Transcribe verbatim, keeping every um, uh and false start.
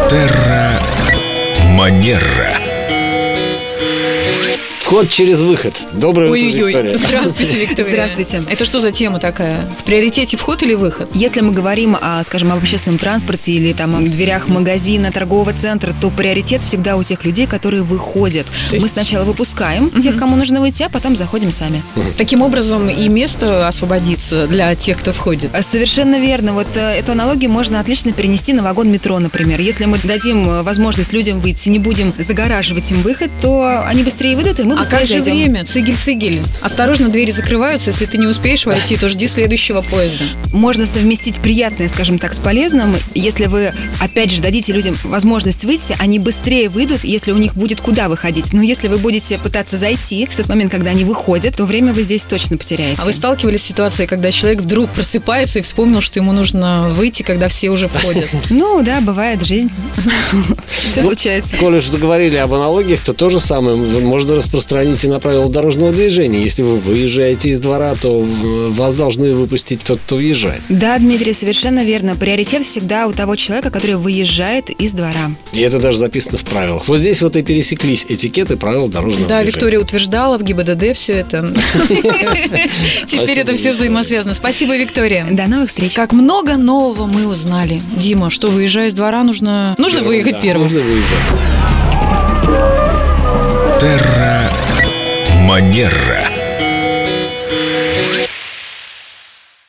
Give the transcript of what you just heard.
Терра Манера. Вход через выход. Доброе утро, Ой-ой-ой. Виктория. Здравствуйте, Виктория. Здравствуйте. Это что за тема такая? В приоритете вход или выход? Если мы говорим, о, скажем, об общественном транспорте или там о дверях магазина, торгового центра, то приоритет всегда у тех людей, которые выходят. есть- Мы сначала выпускаем тех, кому нужно выйти, а потом заходим сами. Таким образом и место освободится для тех, кто входит. А, Совершенно верно. Вот э, эту аналогию можно отлично перенести на вагон метро, например. Если мы дадим э, возможность людям выйти, не будем загораживать им выход, то они быстрее выйдут, и мы А быстрее как же зайдем. время? Цигель-цигель. Осторожно, двери закрываются. Если ты не успеешь войти, то жди следующего поезда. Можно совместить приятное, скажем так, с полезным. Если вы, опять же, дадите людям возможность выйти, они быстрее выйдут, если у них будет куда выходить. Но если вы будете пытаться зайти в тот момент, когда они выходят, то время вы здесь точно потеряете. А вы сталкивались с ситуацией, когда человек вдруг просыпается и вспомнил, что ему нужно выйти, когда все уже входят? Ну да, бывает жизнь. Все Ну, случается. Коль уж заговорили об аналогиях, то то же самое можно распространить и на правила дорожного движения. Если вы выезжаете из двора, то вас должны выпустить тот, кто въезжает. Да, Дмитрий, совершенно верно. Приоритет всегда у того человека, который выезжает из двора. И это даже записано в правилах. Вот здесь вот и пересеклись этикеты правил дорожного Да, движения. Виктория утверждала в ГИБДД все это. Теперь это все взаимосвязано. Спасибо, Виктория. До новых встреч. Как много нового мы узнали. Дима, что, выезжая из двора, нужно, нужно выехать Да, первым? Нужно выезжать. Терра Манера.